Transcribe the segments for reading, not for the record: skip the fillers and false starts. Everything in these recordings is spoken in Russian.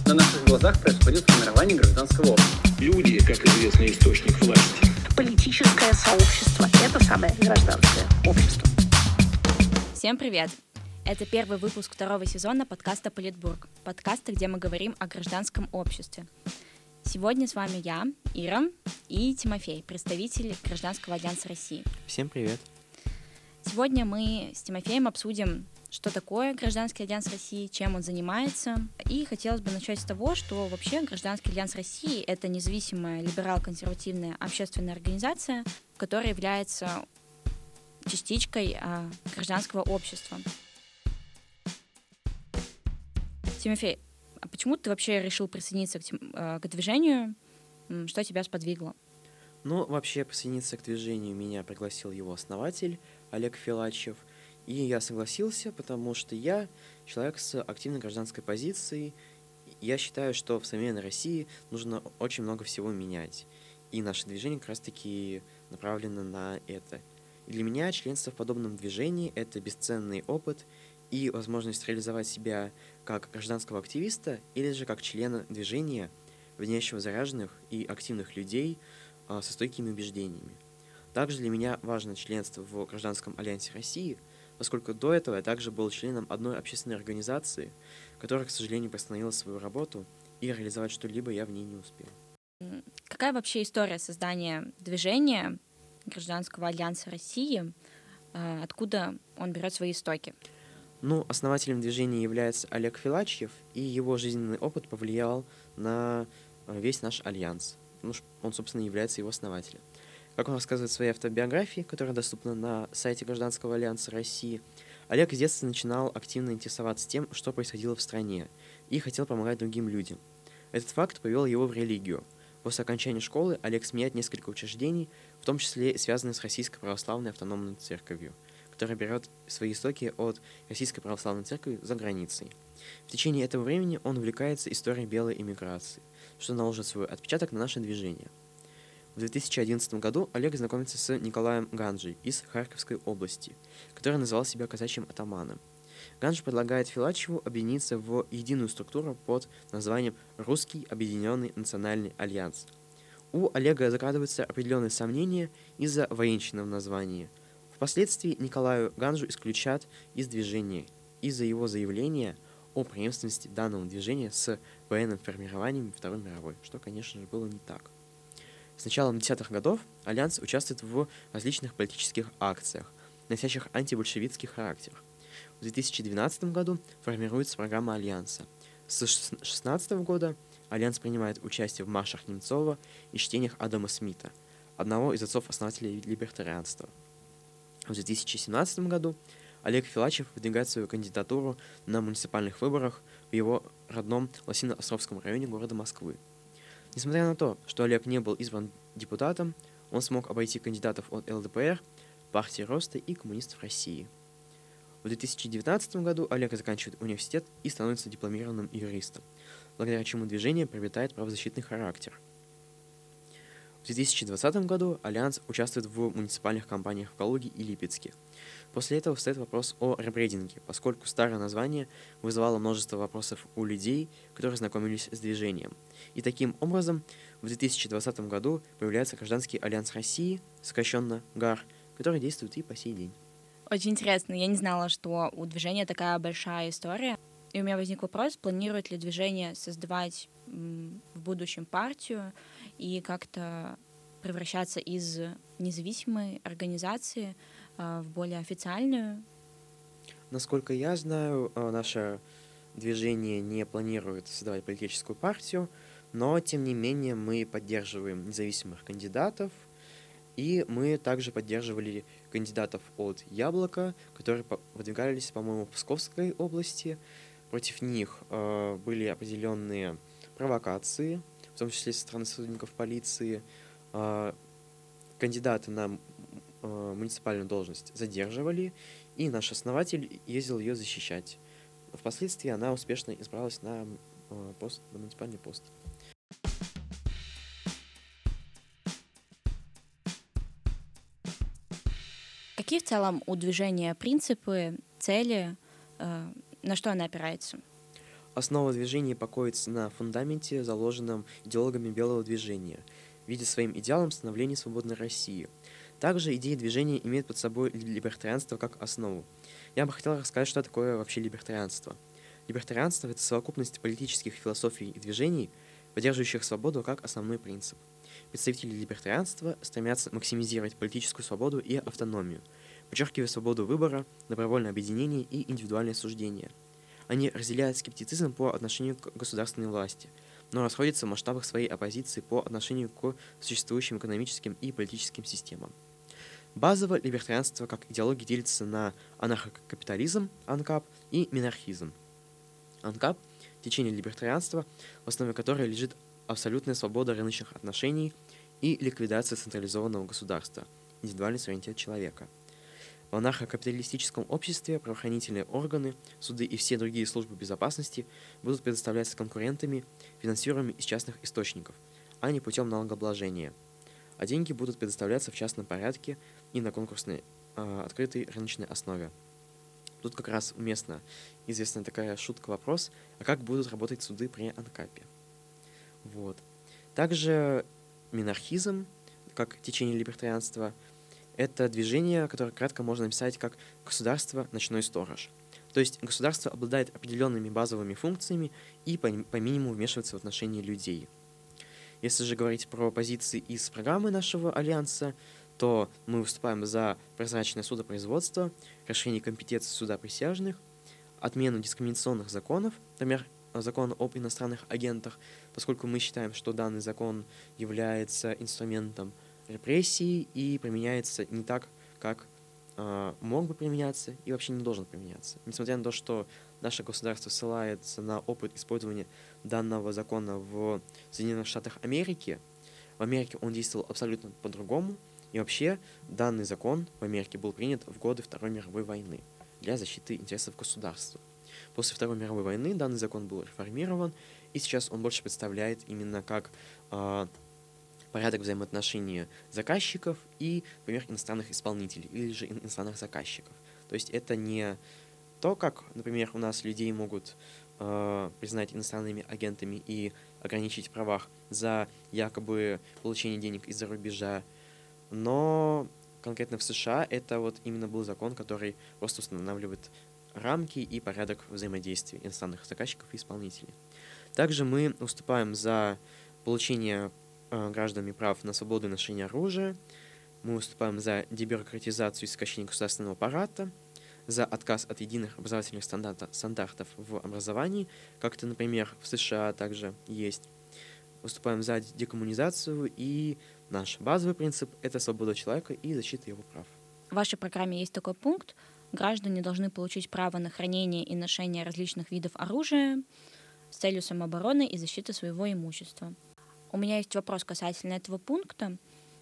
На наших глазах происходит формирование гражданского общества. Люди, как известный источник власти. Политическое сообщество – это самое гражданское общество. Всем привет! Это первый выпуск второго сезона подкаста «Политбург», подкаста, где мы говорим о гражданском обществе. Сегодня с вами я, Ира, и Тимофей, представитель Гражданского альянса России. Всем привет! Сегодня мы с Тимофеем обсудим, что такое Гражданский альянс России, чем он занимается. И хотелось бы начать с того, что вообще Гражданский альянс России — это независимая либерал-консервативная общественная организация, которая является частичкой гражданского общества. Тимофей, а почему ты вообще решил присоединиться к движению? Что тебя сподвигло? Вообще присоединиться к движению меня пригласил его основатель Олег Филатьев, и я согласился, потому что я человек с активной гражданской позицией. Я считаю, что в современной России нужно очень много всего менять, и наше движение как раз-таки направлено на это. И для меня членство в подобном движении — это бесценный опыт и возможность реализовать себя как гражданского активиста или же как члена движения, объединяющего заряженных и активных людей со стойкими убеждениями. Также для меня важно членство в Гражданском альянсе России, поскольку до этого я также был членом одной общественной организации, которая, к сожалению, приостановила свою работу, и реализовать что-либо я в ней не успел. Какая вообще история создания движения Гражданского альянса России? Откуда он берет свои истоки? Основателем движения является Олег Филатьев, и его жизненный опыт повлиял на весь наш альянс. Он, собственно, является его основателем. Как он рассказывает в своей автобиографии, которая доступна на сайте Гражданского альянса России, Олег с детства начинал активно интересоваться тем, что происходило в стране, и хотел помогать другим людям. Этот факт привел его в религию. После окончания школы Олег сменяет несколько учреждений, в том числе связанные с Российской Православной Автономной Церковью, которая берет свои истоки от Российской Православной Церкви за границей. В течение этого времени он увлекается историей белой эмиграции, что наложит свой отпечаток на наше движение. В 2011 году Олег знакомится с Николаем Ганжей из Харьковской области, который называл себя казачьим атаманом. Ганж предлагает Филатьеву объединиться в единую структуру под названием «Русский объединенный национальный альянс». У Олега закрадываются определенные сомнения из-за военщины в названии. Впоследствии Николаю Ганжу исключат из движения из-за его заявления о преемственности данного движения с военным формированием Второй мировой, что, конечно же, было не так. С началом 10-х годов Альянс участвует в различных политических акциях, носящих антибольшевистский характер. В 2012 году формируется программа Альянса. С 2016 года Альянс принимает участие в маршах Немцова и чтениях Адама Смита, одного из отцов-основателей либертарианства. В 2017 году Олег Филатьев выдвигает свою кандидатуру на муниципальных выборах в его родном Лосино-Островском районе города Москвы. Несмотря на то, что Олег не был избран депутатом, он смог обойти кандидатов от ЛДПР, партии Роста и коммунистов России. В 2019 году Олег заканчивает университет и становится дипломированным юристом, благодаря чему движение приобретает правозащитный характер. В 2020 году Альянс участвует в муниципальных кампаниях в Калуге и Липецке. После этого встает вопрос о ребрендинге, поскольку старое название вызывало множество вопросов у людей, которые знакомились с движением. И таким образом в 2020 году появляется Гражданский альянс России, сокращенно ГАР, который действует и по сей день. Очень интересно. Я не знала, что у движения такая большая история. И у меня возник вопрос, планирует ли движение создавать в будущем партию и как-то превращаться из независимой организации в более официальную? Насколько я знаю, наше движение не планирует создавать политическую партию, но, тем не менее, мы поддерживаем независимых кандидатов, и мы также поддерживали кандидатов от «Яблока», которые выдвигались, по-моему, в Псковской области. Против них были определенные провокации, в том числе со стороны сотрудников полиции. Кандидаты на муниципальную должность задерживали, и наш основатель ездил ее защищать. Впоследствии она успешно избралась на муниципальный пост. Какие в целом у движения принципы, цели, на что она опирается? основа движения покоится на фундаменте, заложенном идеологами белого движения, видя своим идеалом становление свободной России. Также идеи движения имеют под собой либертарианство как основу. Я бы хотел рассказать, что такое вообще либертарианство. Либертарианство — это совокупность политических философий и движений, поддерживающих свободу как основной принцип. Представители либертарианства стремятся максимизировать политическую свободу и автономию, подчеркивая свободу выбора, добровольное объединение и индивидуальное суждение. Они разделяют скептицизм по отношению к государственной власти, но расходятся в масштабах своей оппозиции по отношению к существующим экономическим и политическим системам. Базово либертарианство как идеология делится на анархокапитализм, АНКАП, и минархизм. АНКАП – течение либертарианства, в основе которой лежит абсолютная свобода рыночных отношений и ликвидация централизованного государства, индивидуальный суверенитет человека. В анархокапиталистическом обществе правоохранительные органы, суды и все другие службы безопасности будут предоставляться конкурентами, финансируемыми из частных источников, а не путем налогообложения. А деньги будут предоставляться в частном порядке и на конкурсной, открытой рыночной основе. Тут как раз уместна известная такая шутка-вопрос, а как будут работать суды при АНКАПе? Вот. Также минархизм, как течение либертарианства, это движение, которое кратко можно описать как государство «ночной сторож». То есть государство обладает определенными базовыми функциями и по минимуму вмешивается в отношения людей. Если же говорить про позиции из программы нашего альянса, то мы выступаем за прозрачное судопроизводство, расширение компетенций суда присяжных, отмену дискриминационных законов, например, закон об иностранных агентах, поскольку мы считаем, что данный закон является инструментом репрессий и применяется не так, как мог бы применяться и вообще не должен применяться. Несмотря на то, что наше государство ссылается на опыт использования данного закона в Соединенных Штатах Америки, в Америке он действовал абсолютно по-другому, и вообще данный закон в Америке был принят в годы Второй мировой войны для защиты интересов государства. После Второй мировой войны данный закон был реформирован, и сейчас он больше представляет именно как порядок взаимоотношений заказчиков и, например, иностранных исполнителей или же иностранных заказчиков. То есть это не то, как, например, у нас людей могут признать иностранными агентами и ограничить в правах за якобы получение денег из-за рубежа, но конкретно в США это вот именно был закон, который просто устанавливает рамки и порядок взаимодействия иностранных заказчиков и исполнителей. Также мы выступаем за получение гражданами прав на свободу ношения оружия, мы выступаем за дебюрократизацию и сокращение государственного аппарата, за отказ от единых образовательных стандартов в образовании, как это, например, в США также есть. Выступаем за декоммунизацию, и наш базовый принцип — это свобода человека и защита его прав. В вашей программе есть такой пункт: граждане должны получить право на хранение и ношение различных видов оружия с целью самообороны и защиты своего имущества. У меня есть вопрос касательно этого пункта.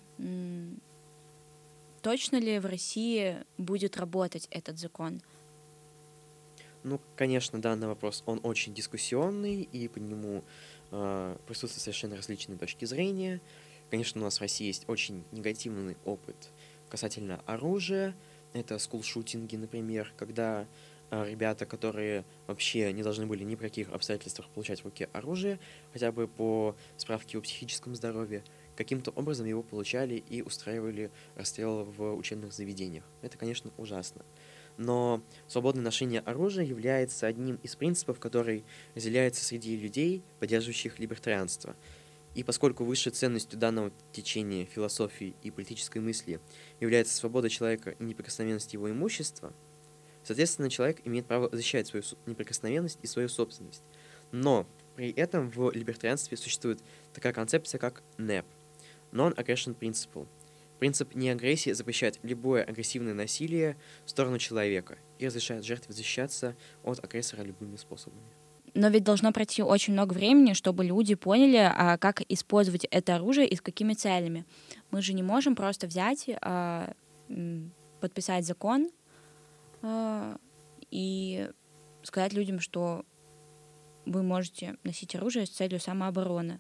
Точно ли в России будет работать этот закон? Ну, конечно, данный вопрос, он очень дискуссионный, и по нему присутствуют совершенно различные точки зрения. Конечно, у нас в России есть очень негативный опыт касательно оружия. Это скулшутинги, например, когда ребята, которые вообще не должны были ни при каких обстоятельствах получать в руки оружие, хотя бы по справке о психическом здоровье, каким-то образом его получали и устраивали расстрелы в учебных заведениях. Это, конечно, ужасно. Но свободное ношение оружия является одним из принципов, который разделяется среди людей, поддерживающих либертарианство. И поскольку высшей ценностью данного течения философии и политической мысли является свобода человека и неприкосновенность его имущества, соответственно, человек имеет право защищать свою неприкосновенность и свою собственность. Но при этом в либертарианстве существует такая концепция, как НЭП – Non-Aggression Principle. Принцип неагрессии запрещает любое агрессивное насилие в сторону человека и разрешает жертве защищаться от агрессора любыми способами. Но ведь должно пройти очень много времени, чтобы люди поняли, как использовать это оружие и с какими целями. Мы же не можем просто взять, подписать закон и сказать людям, что вы можете носить оружие с целью самообороны.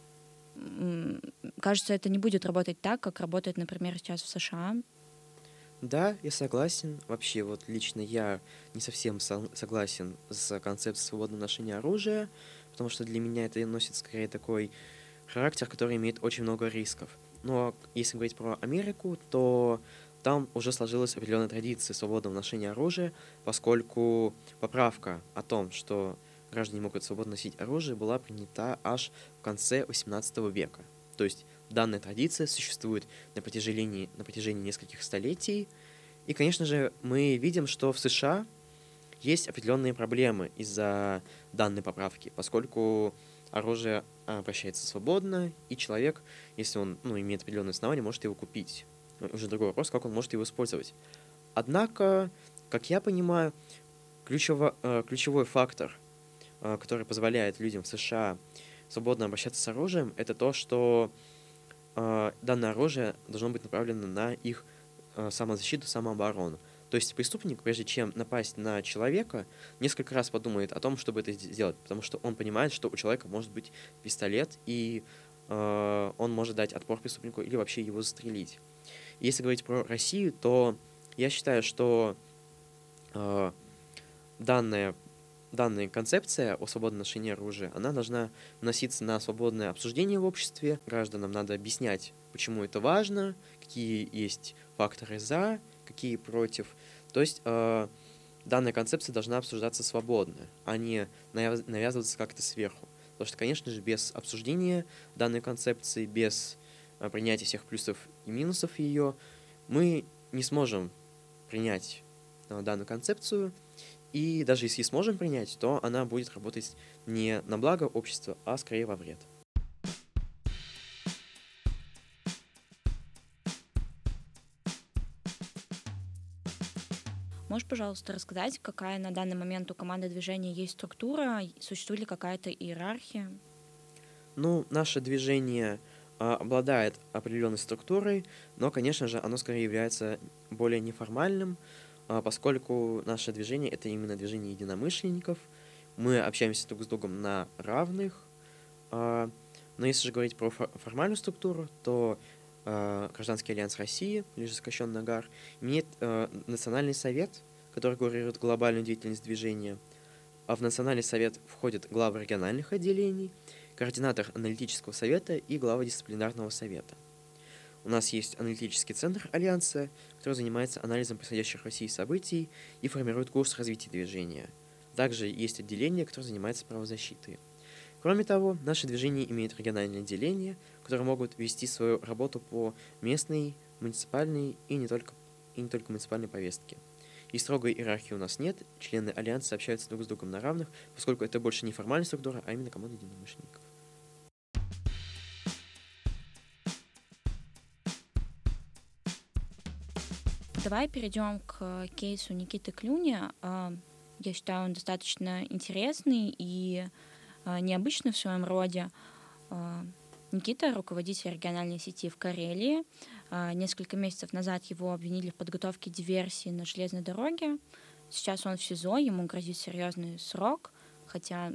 Кажется, это не будет работать так, как работает, например, сейчас в США. Да, я согласен. Вообще, вот лично я не совсем согласен с концепцией свободного ношения оружия, потому что для меня это носит скорее такой характер, который имеет очень много рисков. Но если говорить про Америку, то там уже сложилась определенная традиция свободного ношения оружия, поскольку поправка о том, что граждане могут свободно носить оружие, была принята аж в конце XVIII века. То есть данная традиция существует на протяжении нескольких столетий. И, конечно же, мы видим, что в США есть определенные проблемы из-за данной поправки, поскольку оружие обращается свободно, и человек, если он имеет определенные основания, может его купить. Уже другой вопрос, как он может его использовать. Однако, как я понимаю, ключевой фактор, который позволяет людям в США свободно обращаться с оружием, это то, что данное оружие должно быть направлено на их самозащиту, самооборону. То есть преступник, прежде чем напасть на человека, несколько раз подумает о том, чтобы это сделать, потому что он понимает, что у человека может быть пистолет, и он может дать отпор преступнику или вообще его застрелить. Если говорить про Россию, то я считаю, что данная концепция о свободном ношении оружия, она должна вноситься на свободное обсуждение в обществе. Гражданам надо объяснять, почему это важно, какие есть факторы за, какие против. То есть данная концепция должна обсуждаться свободно, а не навязываться как-то сверху. Потому что, конечно же, без обсуждения данной концепции, без принятия всех плюсов и минусов ее, мы не сможем принять данную концепцию. И даже если сможем принять, то она будет работать не на благо общества, а скорее во вред. Можешь, пожалуйста, рассказать, какая на данный момент у команды движения есть структура, существует ли какая-то иерархия? Наше движение обладает определенной структурой, но, конечно же, оно скорее является более неформальным, поскольку наше движение — это именно движение единомышленников. Мы общаемся друг с другом на равных. Но если же говорить про формальную структуру, то Гражданский альянс России, или же сокращенно ГАР, имеет Национальный совет, который курирует глобальную деятельность движения. А в Национальный совет входят главы региональных отделений, координатор аналитического совета и глава дисциплинарного совета. У нас есть аналитический центр Альянса, который занимается анализом происходящих в России событий и формирует курс развития движения. Также есть отделение, которое занимается правозащитой. Кроме того, наше движение имеет региональные отделения, которые могут вести свою работу по местной, муниципальной и не только муниципальной повестке. И строгой иерархии у нас нет, члены Альянса общаются друг с другом на равных, поскольку это больше не формальная структура, а именно команда единомышленников. Давай перейдем к кейсу Никиты Клюни. Я считаю, он достаточно интересный и необычный в своем роде. Никита — руководитель региональной сети в Карелии. Несколько месяцев назад его обвинили в подготовке диверсии на железной дороге. Сейчас он в СИЗО, ему грозит серьезный срок, хотя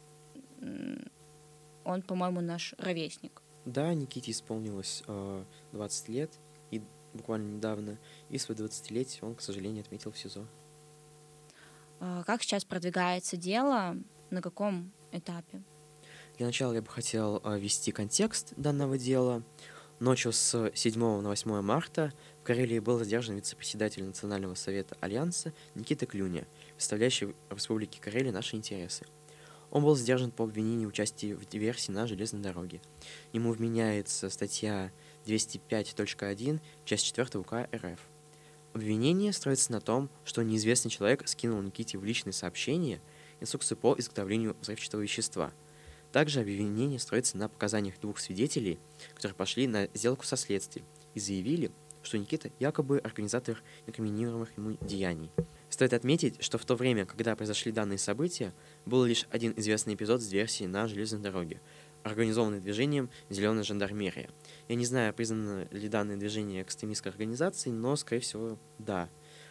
он, по-моему, наш ровесник. Да, Никите исполнилось 20 лет, и буквально недавно, и свое 20-летие он, к сожалению, отметил в СИЗО. Как сейчас продвигается дело? На каком этапе? Для начала я бы хотел ввести контекст данного дела. Ночью с 7 на 8 марта в Карелии был задержан вице-председатель Национального совета Альянса Никита Клюни, представляющий в Республике Карелия наши интересы. Он был задержан по обвинению в участии в диверсии на железной дороге. Ему вменяется статья 205.1, часть 4 УК РФ. Обвинение строится на том, что неизвестный человек скинул Никите в личные сообщения инструкцию по изготовлению взрывчатого вещества. Также обвинение строится на показаниях двух свидетелей, которые пошли на сделку со следствием и заявили, что Никита якобы организатор инкриминируемых ему деяний. Стоит отметить, что в то время, когда произошли данные события, был лишь один известный эпизод с диверсией на железной дороге, организованный движением «Зеленая жандармерия». Я не знаю, признано ли данное движение экстремистской организацией, но, скорее всего, да.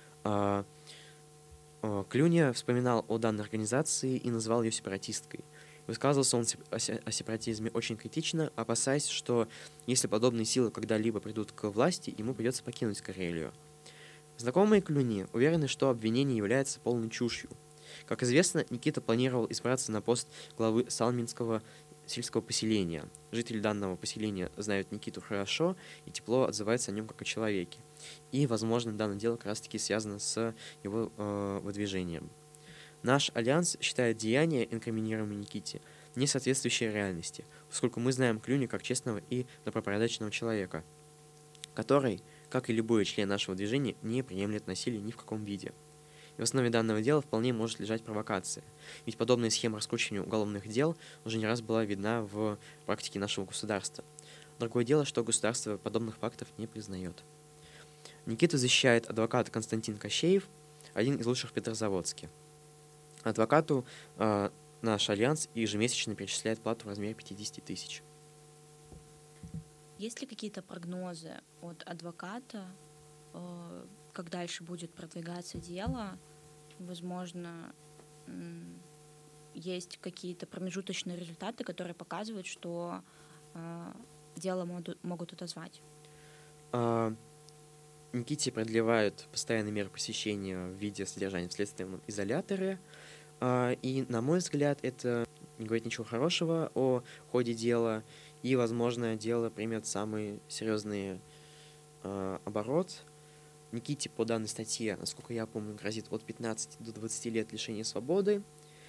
Клюни вспоминал о данной организации и назвал ее сепаратисткой. Высказывался он о сепаратизме очень критично, опасаясь, что если подобные силы когда-либо придут к власти, ему придется покинуть Карелию. Знакомые Клюни уверены, что обвинение является полной чушью. Как известно, Никита планировал избраться на пост главы Салминского сельского поселения. Жители данного поселения знают Никиту хорошо и тепло отзываются о нем как о человеке. И, возможно, данное дело как раз-таки связано с его выдвижением. Наш альянс считает деяния, инкриминируемые Никите, не соответствующие реальности, поскольку мы знаем Клюни как честного и добропорядочного человека, который, как и любой член нашего движения, не приемлет насилие ни в каком виде. И в основе данного дела вполне может лежать провокация, ведь подобная схема раскручивания уголовных дел уже не раз была видна в практике нашего государства. Другое дело, что государство подобных фактов не признает. Никиту защищает адвокат Константин Кощеев, один из лучших в Петрозаводске. Адвокату наш альянс ежемесячно перечисляет плату в размере 50 тысяч. Есть ли какие-то прогнозы от адвоката, как дальше будет продвигаться дело? Возможно, есть какие-то промежуточные результаты, которые показывают, что дело могут отозвать? Никите продлевают постоянные меры посещения в виде содержания в следственном изоляторе. И, на мой взгляд, это не говорит ничего хорошего о ходе дела. И, возможно, дело примет самый серьезный оборот. Никите по данной статье, насколько я помню, грозит от 15 до 20 лет лишения свободы.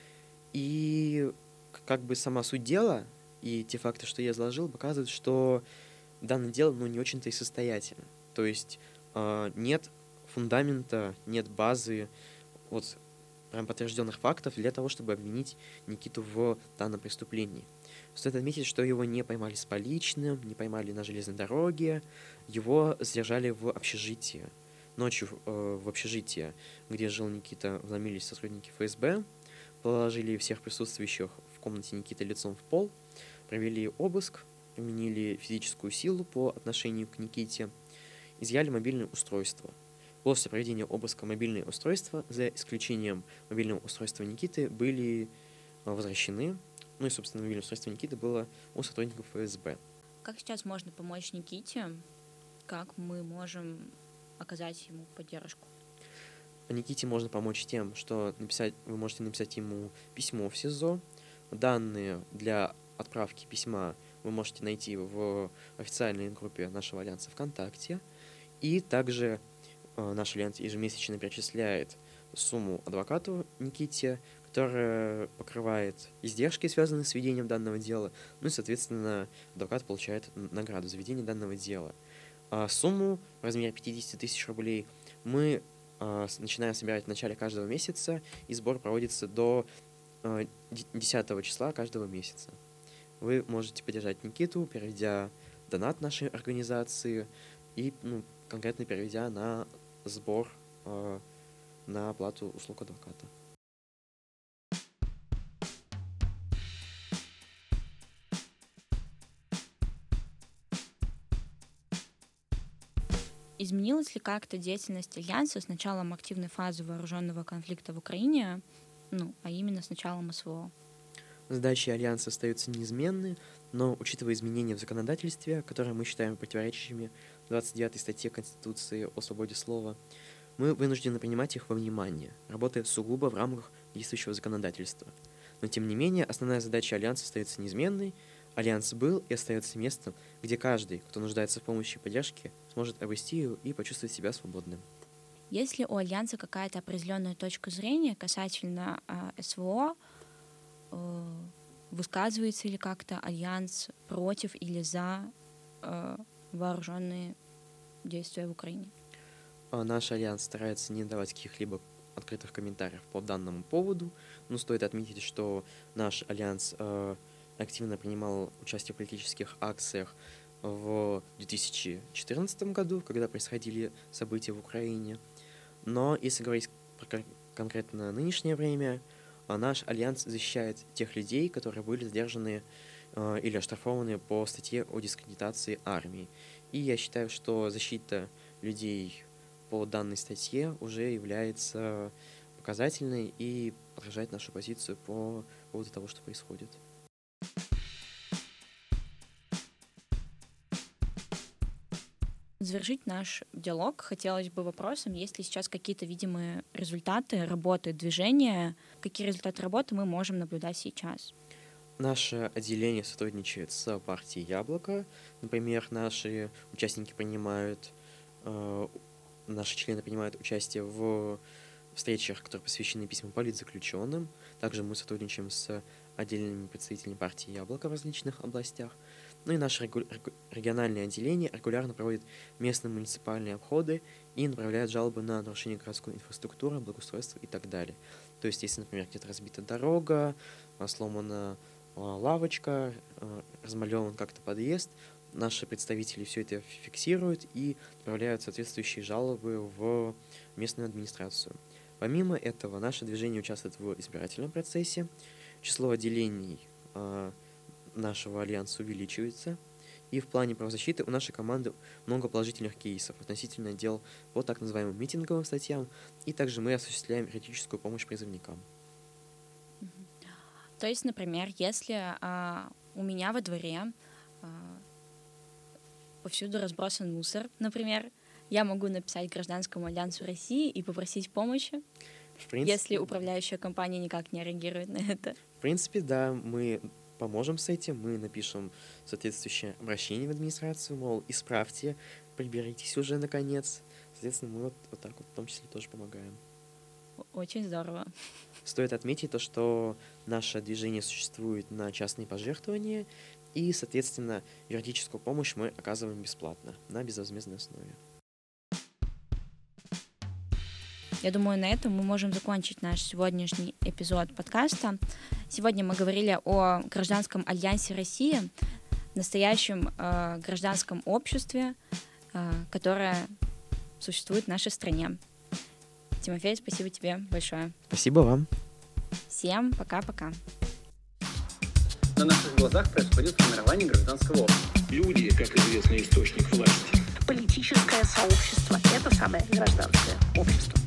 И как бы сама суть дела и те факты, что я изложил, показывают, что данное дело не очень-то и состоятельно. То есть нет фундамента, нет базы вот прям подтвержденных фактов для того, чтобы обвинить Никиту в данном преступлении. Стоит отметить, что его не поймали с поличным, не поймали на железной дороге, его задержали в общежитии. Ночью в общежитие, где жил Никита, вломились сотрудники ФСБ, положили всех присутствующих в комнате Никиты лицом в пол, провели обыск, применили физическую силу по отношению к Никите, изъяли мобильное устройство. После проведения обыска мобильные устройства, за исключением мобильного устройства Никиты, были возвращены. Ну и, собственно, мобильное устройство Никиты было у сотрудников ФСБ. Как сейчас можно помочь Никите? Как мы можем оказать ему поддержку? Никите можно помочь тем, что вы можете написать ему письмо в СИЗО. Данные для отправки письма вы можете найти в официальной группе нашего альянса ВКонтакте. И также наш альянс ежемесячно перечисляет сумму адвокату Никите, которая покрывает издержки, связанные с ведением данного дела. Ну и, соответственно, адвокат получает награду за ведение данного дела. Сумму в размере 50 тысяч рублей мы начинаем собирать в начале каждого месяца, и сбор проводится до 10 числа каждого месяца. Вы можете поддержать Никиту, переведя донат нашей организации и конкретно переведя на сбор на оплату услуг адвоката. Изменилась ли как-то деятельность Альянса с началом активной фазы вооруженного конфликта в Украине, а именно с началом СВО? Задачи Альянса остаются неизменны, но, учитывая изменения в законодательстве, которые мы считаем противоречащими 29 статье Конституции о свободе слова, мы вынуждены принимать их во внимание, работая сугубо в рамках действующего законодательства. Но, тем не менее, основная задача Альянса остается неизменной. Альянс был и остается местом, где каждый, кто нуждается в помощи и поддержке, сможет обрести ее и почувствовать себя свободным. Есть ли у Альянса какая-то определенная точка зрения касательно СВО? Высказывается ли как-то Альянс против или за вооруженные действия в Украине? Наш Альянс старается не давать каких-либо открытых комментариев по данному поводу, но стоит отметить, что наш Альянс активно принимал участие в политических акциях в 2014 году, когда происходили события в Украине. Но если говорить про конкретно нынешнее время, наш Альянс защищает тех людей, которые были задержаны или оштрафованы по статье о дискредитации армии. И я считаю, что защита людей по данной статье уже является показательной и отражает нашу позицию по поводу того, что происходит. Завершить наш диалог хотелось бы вопросом, есть ли сейчас какие-то видимые результаты работы движения, какие результаты работы мы можем наблюдать сейчас? Наше отделение сотрудничает с партией «Яблоко». Например, наши члены принимают участие в встречах, которые посвящены письмам политзаключенным. Также мы сотрудничаем с отдельными представителями партии «Яблоко» в различных областях. Ну и наше региональное отделение регулярно проводит местные муниципальные обходы и направляет жалобы на нарушение городской инфраструктуры, благоустройства и так далее. То есть, если, например, где-то разбита дорога, сломана лавочка, размалеван как-то подъезд, наши представители все это фиксируют и отправляют соответствующие жалобы в местную администрацию. Помимо этого, наше движение участвует в избирательном процессе, число отделений нашего альянса увеличивается, и в плане правозащиты у нашей команды много положительных кейсов относительно дел по так называемым митинговым статьям, и также мы осуществляем юридическую помощь призывникам. То есть, например, если у меня во дворе повсюду разбросан мусор, например, я могу написать Гражданскому альянсу России и попросить помощи, если управляющая компания никак не реагирует на это. В принципе, да, мы поможем с этим, мы напишем соответствующее обращение в администрацию, мол, исправьте, приберитесь уже наконец. Соответственно, мы вот так вот в том числе тоже помогаем. Очень здорово. Стоит отметить то, что наше движение существует на частные пожертвования, и, соответственно, юридическую помощь мы оказываем бесплатно, на безвозмездной основе. Я думаю, на этом мы можем закончить наш сегодняшний эпизод подкаста. Сегодня мы говорили о Гражданском альянсе России, настоящем гражданском обществе, которое существует в нашей стране. Тимофей, спасибо тебе большое. Спасибо вам. Всем пока-пока. На наших глазах происходит формирование гражданского общества. Люди, как известный источник власти. Политическое сообщество — это самое гражданское общество.